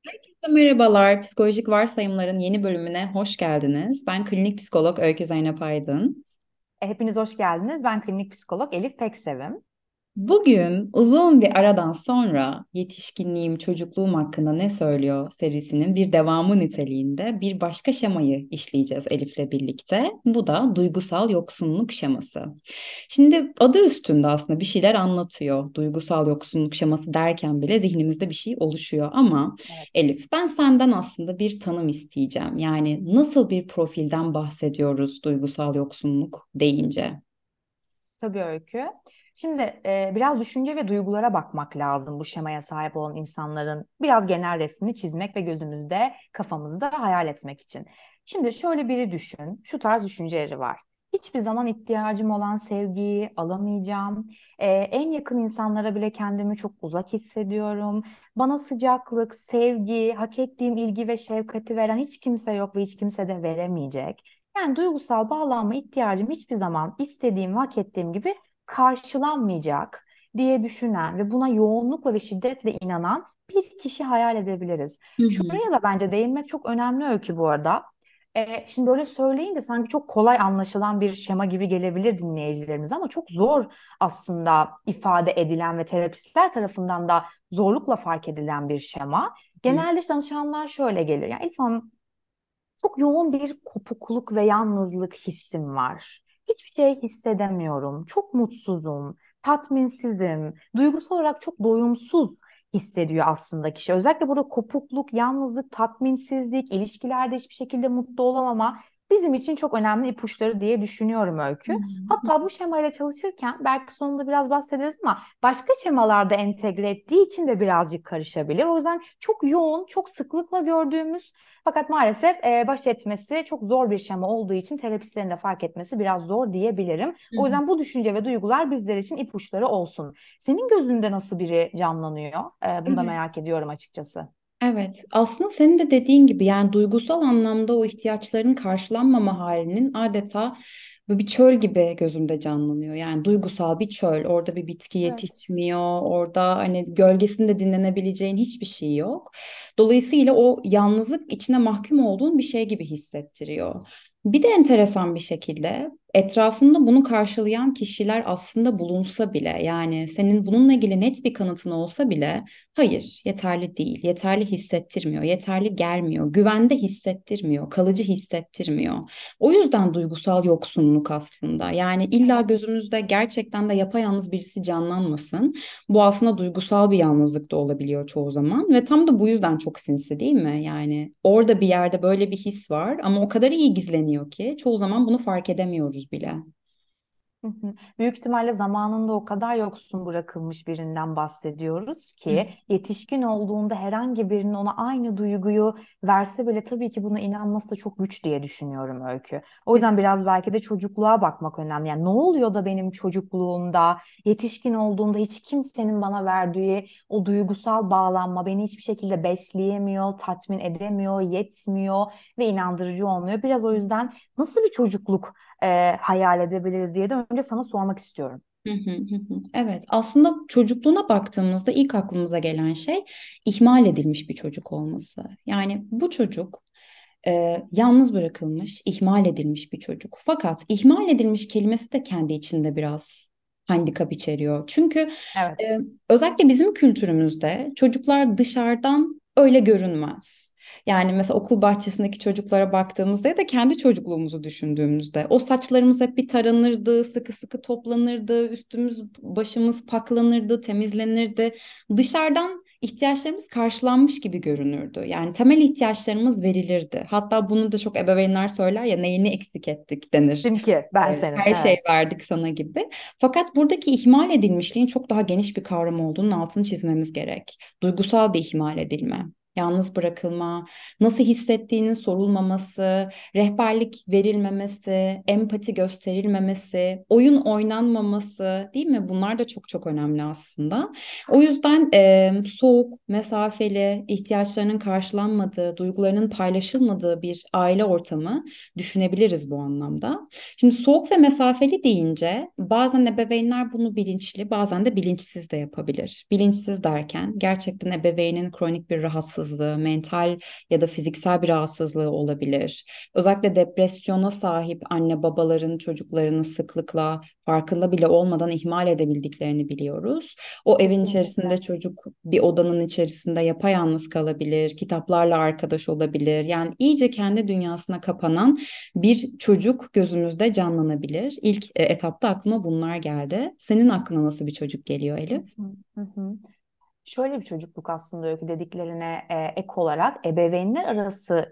Herkese merhabalar. Psikolojik Varsayımların yeni bölümüne hoş geldiniz. Ben klinik psikolog Öykü Zeynep Aydın. Hepiniz hoş geldiniz. Ben klinik psikolog Elif Peksevim. Bugün uzun bir aradan sonra Yetişkinliğim, Çocukluğum hakkında ne söylüyor serisinin bir devamı niteliğinde bir başka şemayı işleyeceğiz Elif'le birlikte. Bu da duygusal yoksunluk şeması. Şimdi adı üstünde aslında bir şeyler anlatıyor. Duygusal yoksunluk şeması derken bile zihnimizde bir şey oluşuyor. Ama Evet, Elif, ben senden aslında bir tanım isteyeceğim. Yani nasıl bir profilden bahsediyoruz duygusal yoksunluk deyince? tabii Öykü. Şimdi biraz düşünce ve duygulara bakmak lazım bu şemaya sahip olan insanların biraz genel resmini çizmek ve gözümüzde, kafamızda hayal etmek için. Şimdi şöyle biri düşün, şu tarz düşünceleri var. Hiçbir zaman ihtiyacım olan sevgiyi alamayacağım. En yakın insanlara bile kendimi çok uzak hissediyorum. Bana sıcaklık, sevgi, hak ettiğim ilgi ve şefkati veren hiç kimse yok ve hiç kimse de veremeyecek. Yani duygusal bağlanma ihtiyacım hiçbir zaman istediğim, hak ettiğim gibi karşılanmayacak diye düşünen ve buna yoğunlukla ve şiddetle inanan bir kişi hayal edebiliriz. Hı hı. Şuraya da bence değinmek çok önemli Öykü bu arada. Şimdi böyle söyleyince sanki çok kolay anlaşılan bir şema gibi gelebilir dinleyicilerimiz ama çok zor aslında ifade edilen ve terapistler tarafından da zorlukla fark edilen bir şema. Hı. Genelde danışanlar şöyle gelir. Yani Elif Hanım, çok yoğun bir kopukluk ve yalnızlık hissim var. Hiçbir şey hissedemiyorum. Çok mutsuzum, tatminsizim. Duygusal olarak çok doyumsuz hissediyor aslında kişi. Özellikle burada kopukluk, yalnızlık, tatminsizlik, ilişkilerde hiçbir şekilde mutlu olamama bizim için çok önemli ipuçları diye düşünüyorum Hı Öykü. hı. Hatta bu şemayla çalışırken belki sonunda biraz bahsederiz ama başka şemalarda entegre ettiği için de birazcık karışabilir. O yüzden çok yoğun, çok sıklıkla gördüğümüz fakat maalesef baş etmesi çok zor bir şema olduğu için terapistlerin de fark etmesi biraz zor diyebilirim. Hı O hı. yüzden bu düşünce ve duygular bizler için ipuçları olsun. Senin gözünde nasıl biri canlanıyor? Bunu da Evet. merak ediyorum açıkçası. Evet, aslında senin de dediğin gibi yani duygusal anlamda o ihtiyaçların karşılanmama halinin adeta böyle bir çöl gibi gözümde canlanıyor. Yani duygusal bir çöl. Orada bir bitki Evet. yetişmiyor. Orada hani gölgesinde dinlenebileceğin hiçbir şey yok. Dolayısıyla o yalnızlık içine mahkum olduğun bir şey gibi hissettiriyor. Bir de enteresan bir şekilde etrafında bunu karşılayan kişiler aslında bulunsa bile yani senin bununla ilgili net bir kanıtın olsa bile hayır, yeterli değil, yeterli hissettirmiyor, yeterli gelmiyor, güvende hissettirmiyor, kalıcı hissettirmiyor. O yüzden duygusal yoksunluk aslında. Yani illa Evet. gözümüzde gerçekten de yapayalnız birisi canlanmasın. Bu aslında duygusal bir yalnızlık da olabiliyor çoğu zaman ve tam da bu yüzden çok sinsi değil mi? Yani orada bir yerde böyle bir his var ama o kadar iyi gizleniyor ki çoğu zaman bunu fark edemiyoruz bile. Hı hı. Büyük ihtimalle zamanında o kadar yoksun bırakılmış birinden bahsediyoruz Hı ki yetişkin olduğunda herhangi birinin ona aynı duyguyu verse bile tabii ki buna inanması da çok güç diye düşünüyorum Öykü. O yüzden biraz belki de çocukluğa bakmak önemli. Yani ne oluyor da benim çocukluğumda, yetişkin olduğumda hiç kimsenin bana verdiği o duygusal bağlanma beni hiçbir şekilde besleyemiyor, tatmin edemiyor, yetmiyor ve inandırıcı olmuyor. Biraz o yüzden nasıl bir çocukluk hayal edebiliriz diye de önce sana sormak istiyorum. Hı hı hı hı. Evet, aslında çocukluğuna baktığımızda ilk aklımıza gelen şey ihmal edilmiş bir çocuk olması. Yani bu çocuk yalnız bırakılmış, ihmal edilmiş bir çocuk. Fakat ihmal edilmiş kelimesi de kendi içinde biraz handikap içeriyor. Çünkü Evet. e, özellikle bizim kültürümüzde çocuklar dışarıdan öyle görünmez. Yani mesela okul bahçesindeki çocuklara baktığımızda ya da kendi çocukluğumuzu düşündüğümüzde o saçlarımız hep bir taranırdı, sıkı sıkı toplanırdı, üstümüz başımız paklanırdı, temizlenirdi. Dışarıdan ihtiyaçlarımız karşılanmış gibi görünürdü. Yani temel ihtiyaçlarımız verilirdi. Hatta bunu da çok ebeveynler söyler ya neyini eksik ettik denir. Dedim ki ben senin. Her şey Evet. verdik sana gibi. Fakat buradaki ihmal edilmişliğin çok daha geniş bir kavram olduğunun altını çizmemiz gerek. Duygusal bir ihmal edilme. Yalnız bırakılma, nasıl hissettiğinin sorulmaması, rehberlik verilmemesi, empati gösterilmemesi, oyun oynanmaması, değil mi? Bunlar da çok çok önemli aslında. O yüzden soğuk, mesafeli, ihtiyaçlarının karşılanmadığı, duygularının paylaşılmadığı bir aile ortamı düşünebiliriz bu anlamda. Şimdi soğuk ve mesafeli deyince bazen ebeveynler bunu bilinçli, bazen de bilinçsiz de yapabilir. Bilinçsiz derken gerçekten ebeveynin kronik bir rahatsızlığı rahatsızlığı, mental ya da fiziksel bir rahatsızlığı olabilir. Özellikle depresyona sahip anne babaların çocuklarını sıklıkla farkında bile olmadan ihmal edebildiklerini biliyoruz. O evin içerisinde Kesinlikle. çocuk bir odanın içerisinde yapayalnız kalabilir, kitaplarla arkadaş olabilir. Yani iyice kendi dünyasına kapanan bir çocuk gözümüzde canlanabilir. İlk etapta aklıma bunlar geldi. Senin aklına nasıl bir çocuk geliyor Hı Elif? hı, hı hı. Şöyle bir çocukluk aslında öykü dediklerine ek olarak ebeveynler arası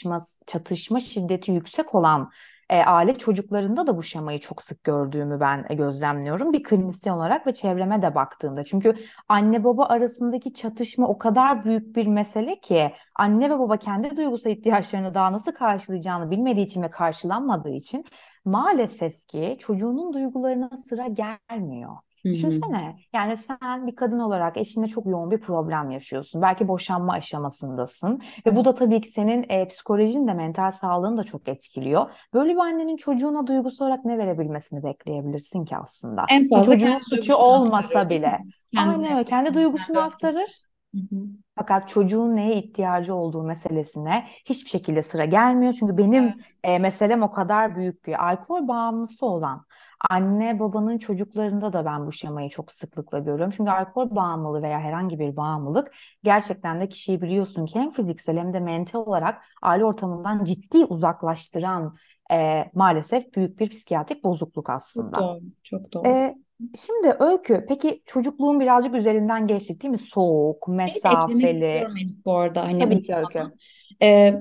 çatışma şiddeti yüksek olan aile çocuklarında da bu şemayı çok sık gördüğümü ben gözlemliyorum. Bir klinisyen olarak ve çevreme de baktığımda. Çünkü anne baba arasındaki çatışma o kadar büyük bir mesele ki anne ve baba kendi duygusal ihtiyaçlarını daha nasıl karşılayacağını bilmediği için ve karşılanmadığı için maalesef ki çocuğunun duygularına sıra gelmiyor. Hı hı. Düşünsene yani sen bir kadın olarak eşinle çok yoğun bir problem yaşıyorsun. Belki boşanma aşamasındasın ve bu Evet. da tabii ki senin psikolojin de mental sağlığını da çok etkiliyor. Böyle bir annenin çocuğuna duygusal olarak ne verebilmesini bekleyebilirsin ki aslında? En Bu fazla çocuğun kendi suçu duygusunu aktarır olmasa değil bile. mi? Aynen öyle kendi Kendi duygusunu öfkesi. aktarır. Hı hı. Fakat çocuğun neye ihtiyacı olduğu meselesine hiçbir şekilde sıra gelmiyor. Çünkü Evet. benim meselem o kadar büyük ki. Alkol bağımlısı olan anne babanın çocuklarında da ben bu şemayı çok sıklıkla görüyorum. Çünkü alkol bağımlılığı veya herhangi bir bağımlılık gerçekten de kişiyi biliyorsun ki hem fiziksel hem de mental olarak aile ortamından ciddi uzaklaştıran maalesef büyük bir psikiyatrik bozukluk Çok aslında. doğru. Çok doğru. E, Şimdi Öykü, peki çocukluğun birazcık üzerinden geçtik değil mi? Soğuk, Şeyi de eklemek mesafeli. istiyorum Elif bu arada hani Tabii ki unutmadan. Öykü. Ee,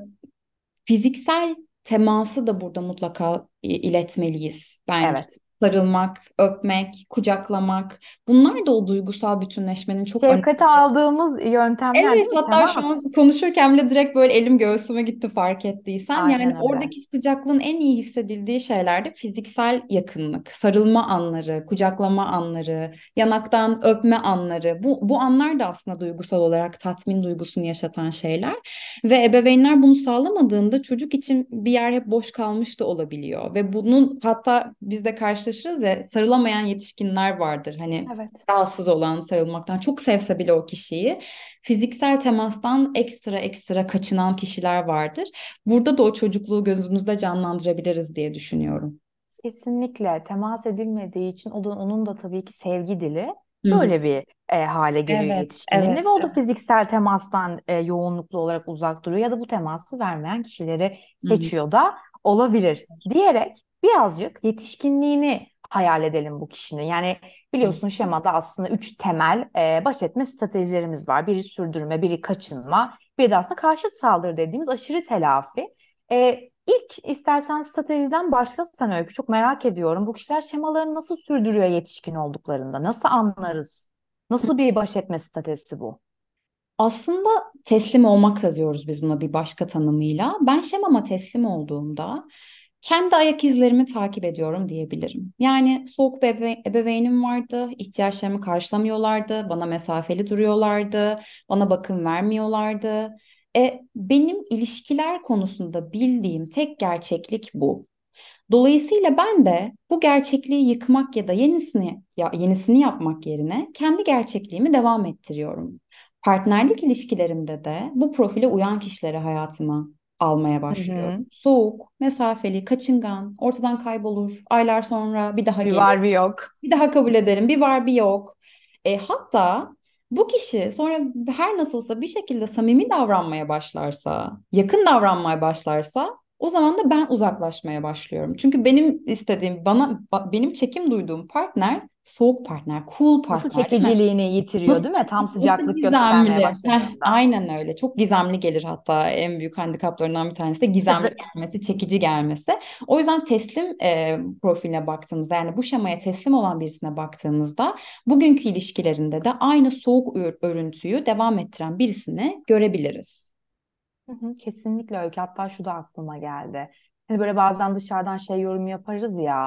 Fiziksel teması da burada mutlaka iletmeliyiz bence. Evet. Sarılmak, öpmek, kucaklamak bunlar da o duygusal bütünleşmenin çok Şefkate önemli. aldığımız yöntemler Evet, değil mi? hatta şu an Temas. konuşurken bile direkt böyle elim göğsüme gitti fark ettiysen. Yani Aynen öyle. oradaki sıcaklığın en iyi hissedildiği şeyler de fiziksel yakınlık, sarılma anları, kucaklama anları, yanaktan öpme anları. Bu anlar da aslında duygusal olarak tatmin duygusunu yaşatan şeyler. Ve ebeveynler bunu sağlamadığında çocuk için bir yer hep boş kalmış da olabiliyor. Ve bunun hatta biz de karşılaşırız ya sarılamayan yetişkinler vardır. Hani Evet. rahatsız olan sarılmaktan çok sevse bile o kişiyi fiziksel temastan ekstra kaçınan kişiler vardır. Burada da o çocukluğu gözümüzde canlandırabiliriz diye düşünüyorum. Kesinlikle temas edilmediği için onun da tabii ki sevgi dili Hı hı. böyle bir hale geliyor Evet, yetişkinin evet, ve o da evet. fiziksel temastan yoğunluklu olarak uzak duruyor ya da bu teması vermeyen kişileri Hı hı. seçiyor da olabilir diyerek birazcık yetişkinliğini hayal edelim bu kişinin. Yani biliyorsun şemada aslında üç temel baş etme stratejilerimiz var. Biri sürdürme, biri kaçınma, bir de aslında karşıt saldırı dediğimiz aşırı telafi. İlk istersen stratejiden başlasan Öykü. Çok merak ediyorum. Bu kişiler şemalarını nasıl sürdürüyor yetişkin olduklarında? Nasıl anlarız? Nasıl bir baş etme stratejisi bu? Aslında teslim olmak da diyoruz biz buna bir başka tanımıyla. Ben şemama teslim olduğumda kendi ayak izlerimi takip ediyorum diyebilirim. Yani soğuk bir ebeveynim vardı, ihtiyaçlarımı karşılamıyorlardı, bana mesafeli duruyorlardı, bana bakım vermiyorlardı. Benim ilişkiler konusunda bildiğim tek gerçeklik bu. Dolayısıyla ben de bu gerçekliği yıkmak ya da yenisini yapmak yerine kendi gerçekliğimi devam ettiriyorum. Partnerlik ilişkilerimde de bu profile uyan kişileri hayatıma almaya Hı hı. başlıyorum. Soğuk, mesafeli, kaçıngan, ortadan kaybolur. Aylar sonra bir daha Bir gelir. var bir yok. Bir daha kabul ederim. Bir var bir yok. Hatta bu kişi sonra her nasılsa bir şekilde samimi davranmaya başlarsa, yakın davranmaya başlarsa o zaman da ben uzaklaşmaya başlıyorum. Çünkü benim istediğim, benim çekim duyduğum partner soğuk partner, cool Nasıl partner değil mi? çekiciliğini yitiriyor Nasıl, değil mi? Tam nasıl sıcaklık göstermeye gizemli. başladığında. Aynen öyle. Çok gizemli gelir hatta en büyük handikaplarından bir tanesi de gizemli Evet. gelmesi, çekici gelmesi. O yüzden teslim profiline baktığımızda yani bu şemaya teslim olan birisine baktığımızda bugünkü ilişkilerinde de aynı soğuk örüntüyü devam ettiren birisini görebiliriz. Hı hı, kesinlikle Öykü. Hatta şu da aklıma geldi. Hani böyle bazen dışarıdan şey yorum yaparız ya.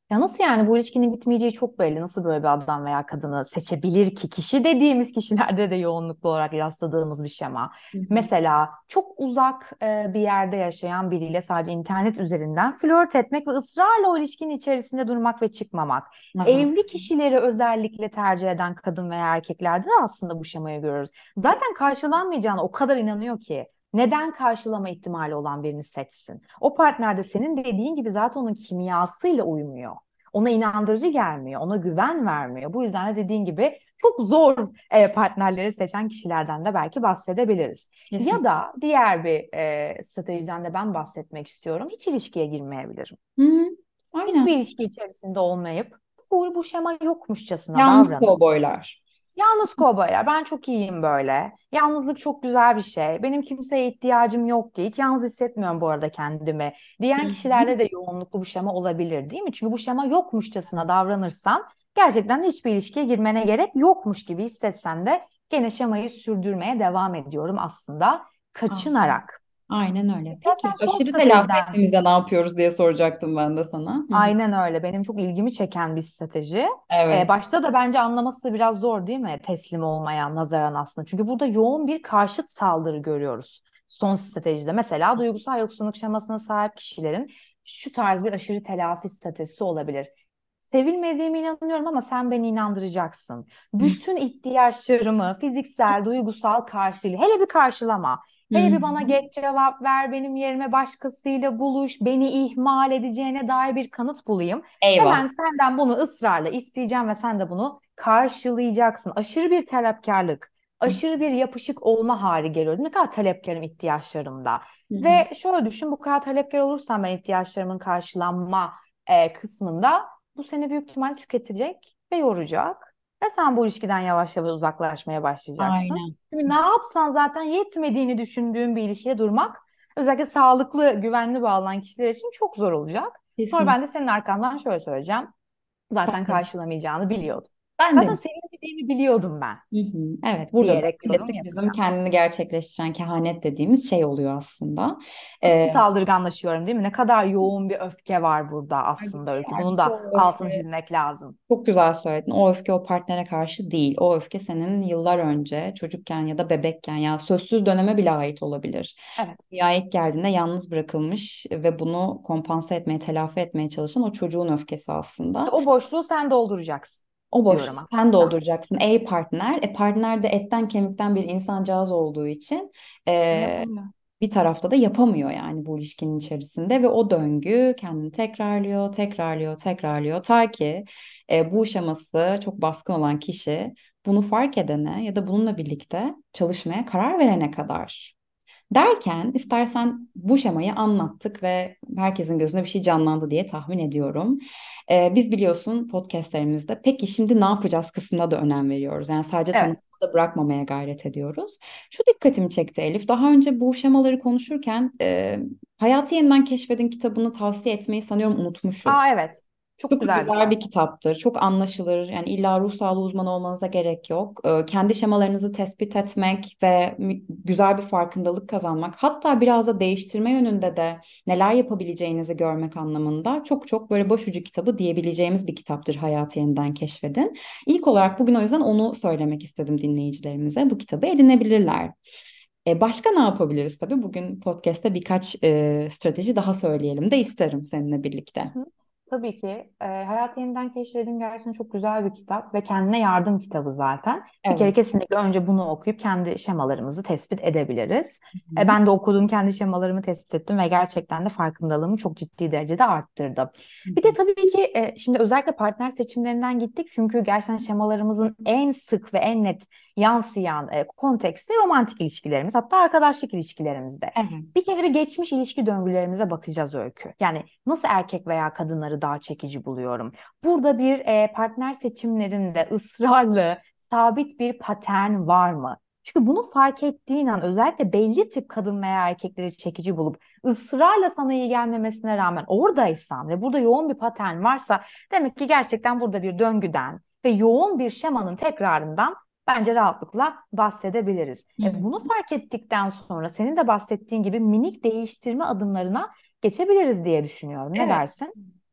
Ya nasıl yani, bu ilişkinin bitmeyeceği çok belli. Nasıl böyle bir adam veya kadını seçebilir ki? Kişi dediğimiz kişilerde de yoğunluklu olarak rastladığımız bir şema. Hı hı. Mesela çok uzak bir yerde yaşayan biriyle sadece internet üzerinden flört etmek ve ısrarla o ilişkinin içerisinde durmak ve çıkmamak. Aha. Evli kişileri özellikle tercih eden kadın veya erkeklerde de aslında bu şemayı görüyoruz. Zaten karşılanmayacağına o kadar inanıyor ki. Neden karşılama ihtimali olan birini seçsin? O partner de senin dediğin gibi zaten onun kimyasıyla uymuyor. Ona inandırıcı gelmiyor, ona güven vermiyor. Bu yüzden de dediğin gibi çok zor partnerleri seçen kişilerden de belki bahsedebiliriz. Ya Kesin. da diğer bir stratejiden de ben bahsetmek istiyorum. Hiç ilişkiye girmeyebilirim. Hı hı. Hiçbir Aynen. ilişki içerisinde olmayıp bu şema yokmuşçasına Yalnız davranıp kovboylar. yalnız kovboylar, ben çok iyiyim böyle. Yalnızlık çok güzel bir şey. Benim kimseye ihtiyacım yok ki. Hiç yalnız hissetmiyorum bu arada kendimi. Hı Diyen hı. kişilerde de yoğunluklu bu şema olabilir, değil mi? Çünkü bu şema yokmuşçasına davranırsan gerçekten de hiçbir ilişkiye girmene gerek yokmuş gibi hissetsen de gene şemayı sürdürmeye devam ediyorum aslında, Aynen. kaçınarak. Aynen öyle. İstersen Peki son aşırı telafi stratejiden. ettiğimizde ne yapıyoruz diye soracaktım ben de sana. Hı hı. Aynen öyle. Benim çok ilgimi çeken bir strateji. Evet. Başta da bence anlaması biraz zor, değil mi? Teslim olmaya nazaran aslında. Çünkü burada yoğun bir karşıt saldırı görüyoruz. Son stratejide. Mesela duygusal yoksunluk şemasına sahip kişilerin şu tarz bir aşırı telafi stratejisi olabilir. Sevilmediğime inanıyorum ama sen beni inandıracaksın. Bütün ihtiyaçlarımı, fiziksel, duygusal karşılığı, hele bir karşılama. Hı Hele hı. bir bana geç cevap ver, benim yerime başkasıyla buluş, beni ihmal edeceğine dair bir kanıt bulayım. Eyvah. Hemen senden bunu ısrarla isteyeceğim ve sen de bunu karşılayacaksın. Aşırı bir talepkarlık, Hı aşırı bir yapışık olma hali geliyor. Ne kadar talepkarım ihtiyaçlarımda. hı. Ve şöyle düşün, bu kadar talepkar olursam ben ihtiyaçlarımın karşılanma kısmında, bu seni büyük ihtimalle tüketecek ve yoracak. Ve sen bu ilişkiden yavaş yavaş uzaklaşmaya başlayacaksın. Aynen. Çünkü ne yapsan zaten yetmediğini düşündüğün bir ilişkiye durmak, özellikle sağlıklı, güvenli bağlanan kişiler için çok zor olacak. Sonra Kesin. ben de senin arkandan şöyle söyleyeceğim. Zaten Ben de. karşılamayacağını biliyordum. Ben Zaten de. senin dediğimi biliyordum ben Hı hı. Evet, burada da diyerek yorum klasik bizim yapacağım. kendini gerçekleştiren kehanet dediğimiz şey oluyor aslında. Nasıl Ee, saldırganlaşıyorum, değil mi? Ne kadar yoğun bir öfke var burada aslında, halbuki, Öykü. Bunun halbuki da o altını öfke çizmek lazım. çok güzel söyledin. O öfke o partnere karşı değil. O öfke senin yıllar önce çocukken ya da bebekken ya sözsüz döneme bile ait olabilir. Evet. Dünyaya ilk geldiğinde yalnız bırakılmış ve bunu kompanse etmeye, telafi etmeye çalışan o çocuğun öfkesi aslında. O boşluğu sen dolduracaksın O boşluğu diyorum sen aslında. dolduracaksın ey partner. Partner de etten kemikten bir insancağız olduğu için Yapamıyor. bir tarafta da yapamıyor yani bu ilişkinin içerisinde ve o döngü kendini tekrarlıyor, tekrarlıyor, tekrarlıyor ta ki bu şeması çok baskın olan kişi bunu fark edene ya da bununla birlikte çalışmaya karar verene kadar. Derken istersen bu şemayı anlattık ve herkesin gözünde bir şey canlandı diye tahmin ediyorum. Biz biliyorsun podcastlerimizde peki şimdi ne yapacağız kısmına da önem veriyoruz. Yani sadece Evet. tanımda bırakmamaya gayret ediyoruz. Şu dikkatimi çekti Elif. Daha önce bu şemaları konuşurken Hayatı Yeniden Keşfedin kitabını tavsiye etmeyi sanıyorum unutmuşuz. Aa, evet. Çok Çok güzel bir güzel kitap. bir kitaptır. Çok anlaşılır. Yani illa ruh sağlığı uzmanı olmanıza gerek yok. Kendi şemalarınızı tespit etmek ve güzel bir farkındalık kazanmak, hatta biraz da değiştirme yönünde de neler yapabileceğinizi görmek anlamında çok çok böyle başucu kitabı diyebileceğimiz bir kitaptır Hayatı Yeniden Keşfedin. İlk olarak bugün o yüzden onu söylemek istedim dinleyicilerimize. Bu kitabı edinebilirler. Başka ne yapabiliriz tabii? Bugün podcast'te birkaç strateji daha söyleyelim de isterim seninle birlikte. Hı. Tabii ki. Hayatı Yeniden Keşfedin gerçekten çok güzel bir kitap ve kendine yardım kitabı zaten. Bir kere Evet. kesinlikle önce bunu okuyup kendi şemalarımızı tespit edebiliriz. Hı Ben de okuduğum kendi şemalarımı tespit ettim ve gerçekten de farkındalığımı çok ciddi derecede arttırdı. Bir de hı. tabii ki şimdi özellikle partner seçimlerinden gittik. Çünkü gerçekten şemalarımızın en sık ve en net yansıyan konteksti romantik ilişkilerimiz, hatta arkadaşlık ilişkilerimizde. Evet. Bir kere bir geçmiş ilişki döngülerimize bakacağız, Öykü. Yani nasıl erkek veya kadınları daha çekici buluyorum? Burada bir partner seçimlerinde ısrarlı, sabit bir patern var mı? Çünkü bunu fark ettiğin an, özellikle belli tip kadın veya erkekleri çekici bulup ısrarla sana iyi gelmemesine rağmen oradaysan ve burada yoğun bir patern varsa, demek ki gerçekten burada bir döngüden ve yoğun bir şemanın tekrarından bence rahatlıkla bahsedebiliriz. Hı hı. Bunu fark ettikten sonra senin de bahsettiğin gibi minik değiştirme adımlarına geçebiliriz diye düşünüyorum. Ne Evet. dersin?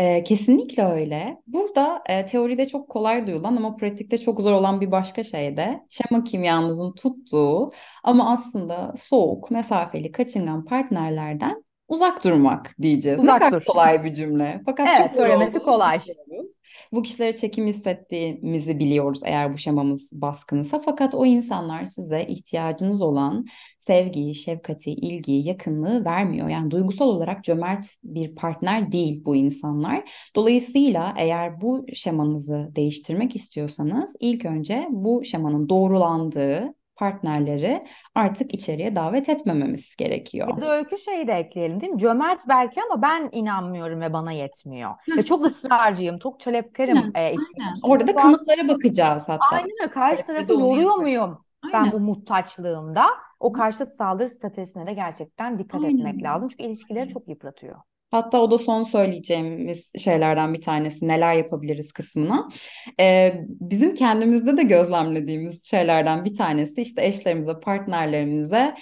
Kesinlikle öyle. Burada teoride çok kolay duyulan ama pratikte çok zor olan bir başka şey de şema kimyanızın tuttuğu ama aslında soğuk, mesafeli, kaçıngan partnerlerden uzak durmak diyeceğiz. Ne Uzak kadar dur. kolay bir cümle. Fakat çok Evet, zor söylemesi olduğunu kolay. biliyoruz. Bu kişilere çekim hissettiğimizi biliyoruz eğer bu şemamız baskınsa. Fakat o insanlar size ihtiyacınız olan sevgiyi, şefkati, ilgiyi, yakınlığı vermiyor. Yani duygusal olarak cömert bir partner değil bu insanlar. Dolayısıyla eğer bu şemanızı değiştirmek istiyorsanız ilk önce bu şemanın doğrulandığı partnerleri artık içeriye davet etmememiz gerekiyor. Ya da Öykü şeyi de ekleyelim değil mi? Cömert belki ama ben inanmıyorum ve bana yetmiyor. Ve Heh, çok ısrarcıyım, çok talepkarim aynen, aynen. ihtiyaclarımda. Orada da kanıtlara bakacağız hatta. Aynen öyle. Karşı Terapi tarafı onu yoruyor yapıyor. muyum ben Aynen. bu muhtaçlığımda? O karşıt saldırı stratejisine de gerçekten dikkat etmek Aynen. lazım. Çünkü ilişkileri çok yıpratıyor. Hatta o da son söyleyeceğimiz şeylerden bir tanesi neler yapabiliriz kısmına. Bizim kendimizde de gözlemlediğimiz şeylerden bir tanesi işte eşlerimize, partnerlerimize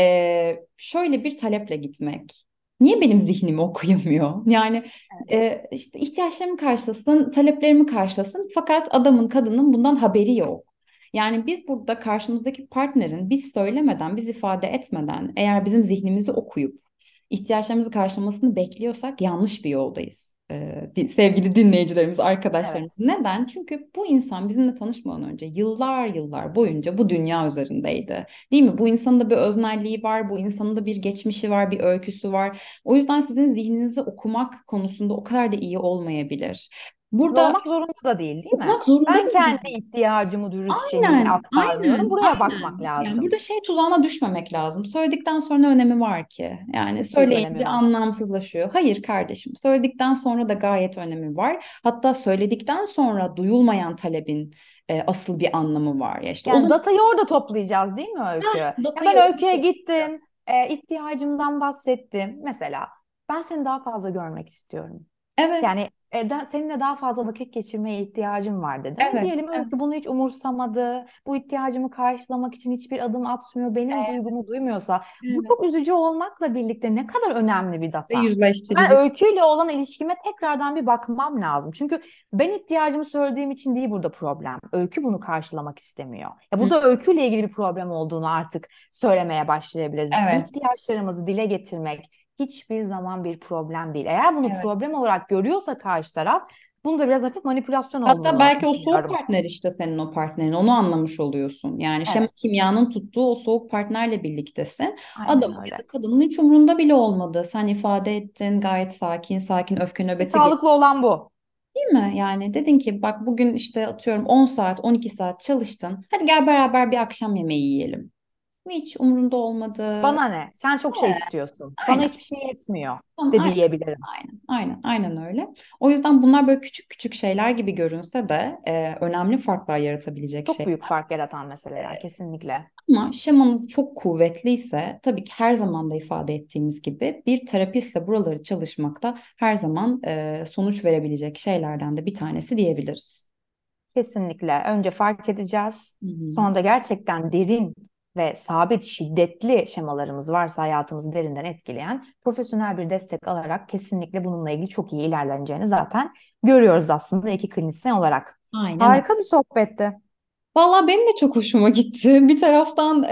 şöyle bir taleple gitmek. Niye benim zihnimi okuyamıyor? Yani işte ihtiyaçlarımı karşılasın, taleplerimi karşılasın fakat adamın, kadının bundan haberi yok. Yani biz burada karşımızdaki partnerin biz söylemeden, biz ifade etmeden eğer bizim zihnimizi okuyup ihtiyaçlarımızı karşılamasını bekliyorsak yanlış bir yoldayız. Sevgili dinleyicilerimiz, arkadaşlarımız. Evet. Neden? Çünkü bu insan bizimle tanışmadan önce yıllar yıllar boyunca bu dünya üzerindeydi. Değil mi? Bu insanın da bir öznelliği var, bu insanın da bir geçmişi var, bir öyküsü var. O yüzden sizin zihninizi okumak konusunda o kadar da iyi olmayabilir. Ve Burada olmak zorunda da değil, değil mi? okumak zorunda Ben değil. kendi ihtiyacımı dürüstçe niye Aynen, aktarmıyorum? aynen, Buraya bakmak aynen. Yani lazım. burada şey tuzağına düşmemek lazım. Söyledikten sonra ne önemi var ki? Yani Çok büyük önemi söyleyince var. anlamsızlaşıyor. Hayır kardeşim, söyledikten sonra da gayet önemi var. Hatta söyledikten sonra duyulmayan talebin asıl bir anlamı var. Ya işte o Yani zaman datayı orada toplayacağız değil mi Öykü? Ya datayı ben orada Öykü'ye toplayacağız. gittim, ihtiyacımdan bahsettim. Mesela ben seni daha fazla görmek istiyorum. Evet, Yani seninle daha fazla vakit geçirmeye ihtiyacım var dedim. Ve evet, diyelim evet, Öykü bunu hiç umursamadı. Bu ihtiyacımı karşılamak için hiçbir adım atmıyor. Benim duygumu duymuyorsa bu evet. çok üzücü olmakla birlikte ne kadar önemli bir Ve data. Ben yüzleştirici. Öyküyle olan ilişkime tekrardan bir bakmam lazım. Çünkü ben ihtiyacımı söylediğim için değil burada problem. Öykü bunu karşılamak istemiyor. Ya Hı, burada öyküyle ilgili bir problem olduğunu artık söylemeye başlayabiliriz. evet, İhtiyaçlarımızı dile getirmek hiçbir zaman bir problem değil. Eğer bunu evet. problem olarak görüyorsa karşı taraf, bunu da biraz hafif manipülasyon Hatta olduğunu belki o soğuk düşünüyorum. partner işte senin o partnerin. Onu anlamış oluyorsun. Yani şema Evet, kimyanın tuttuğu o soğuk partnerle birliktesin. aynen Adamın ya öyle. da kadının hiç umrunda bile olmadı. Sen ifade ettin gayet sakin sakin öfke Ve nöbeti sağlıklı olan bu. değil mi? Yani dedin ki bak bugün işte atıyorum 10 saat 12 saat çalıştın. Hadi gel beraber bir akşam yemeği yiyelim. Hiç umrunda olmadı. Bana ne? Sen çok şey Evet, istiyorsun. Sana aynen. hiçbir şey yetmiyor Tamam, de aynen. diyebilirim. Aynen öyle. O yüzden bunlar böyle küçük küçük şeyler gibi görünse de önemli farklar yaratabilecek Çok şey. büyük fark yaratan meseleler kesinlikle. Ama şemanız çok kuvvetliyse tabii ki her zaman da ifade ettiğimiz gibi bir terapistle buraları çalışmakta her zaman sonuç verebilecek şeylerden de bir tanesi diyebiliriz. Kesinlikle. Önce fark edeceğiz. Hı hı. Sonra da gerçekten derin ve sabit, şiddetli şemalarımız varsa hayatımızı derinden etkileyen profesyonel bir destek alarak kesinlikle bununla ilgili çok iyi ilerleneceğini zaten görüyoruz aslında iki klinisyen olarak. Aynen öyle. Harika bir sohbetti. Valla benim de çok hoşuma gitti. Bir taraftan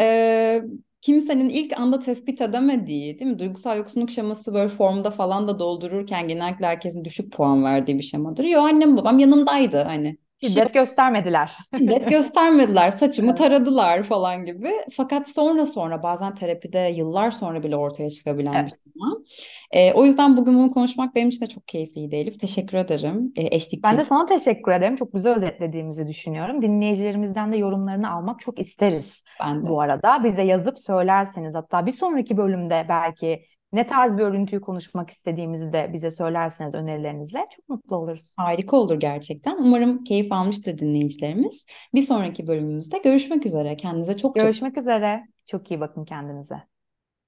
kimsenin ilk anda tespit edemediği, değil mi? Duygusal yoksunluk şeması böyle formda falan da doldururken genellikle herkesin düşük puan verdiği bir şemadır. Yo annem babam yanımdaydı hani. Bir şey Şiddet göstermediler. şiddet göstermediler, saçımı Evet. taradılar falan gibi. Fakat sonra bazen terapide yıllar sonra bile ortaya çıkabilen bir Evet. tema. O yüzden bugün bunu konuşmak benim için de çok keyifliydi Elif. Teşekkür ederim Ben de eşlikçi. sana teşekkür ederim. Çok güzel özetlediğimizi düşünüyorum. Dinleyicilerimizden de yorumlarını almak çok isteriz. Ben de. Bu arada bize yazıp söylerseniz, hatta bir sonraki bölümde belki ne tarz bir örüntüyü konuşmak istediğimizi de bize söylerseniz önerilerinizle çok mutlu oluruz. Harika olur gerçekten. Umarım keyif almıştır dinleyicilerimiz. Bir sonraki bölümümüzde görüşmek üzere. Kendinize çok çok Görüşmek üzere. Çok iyi bakın kendinize.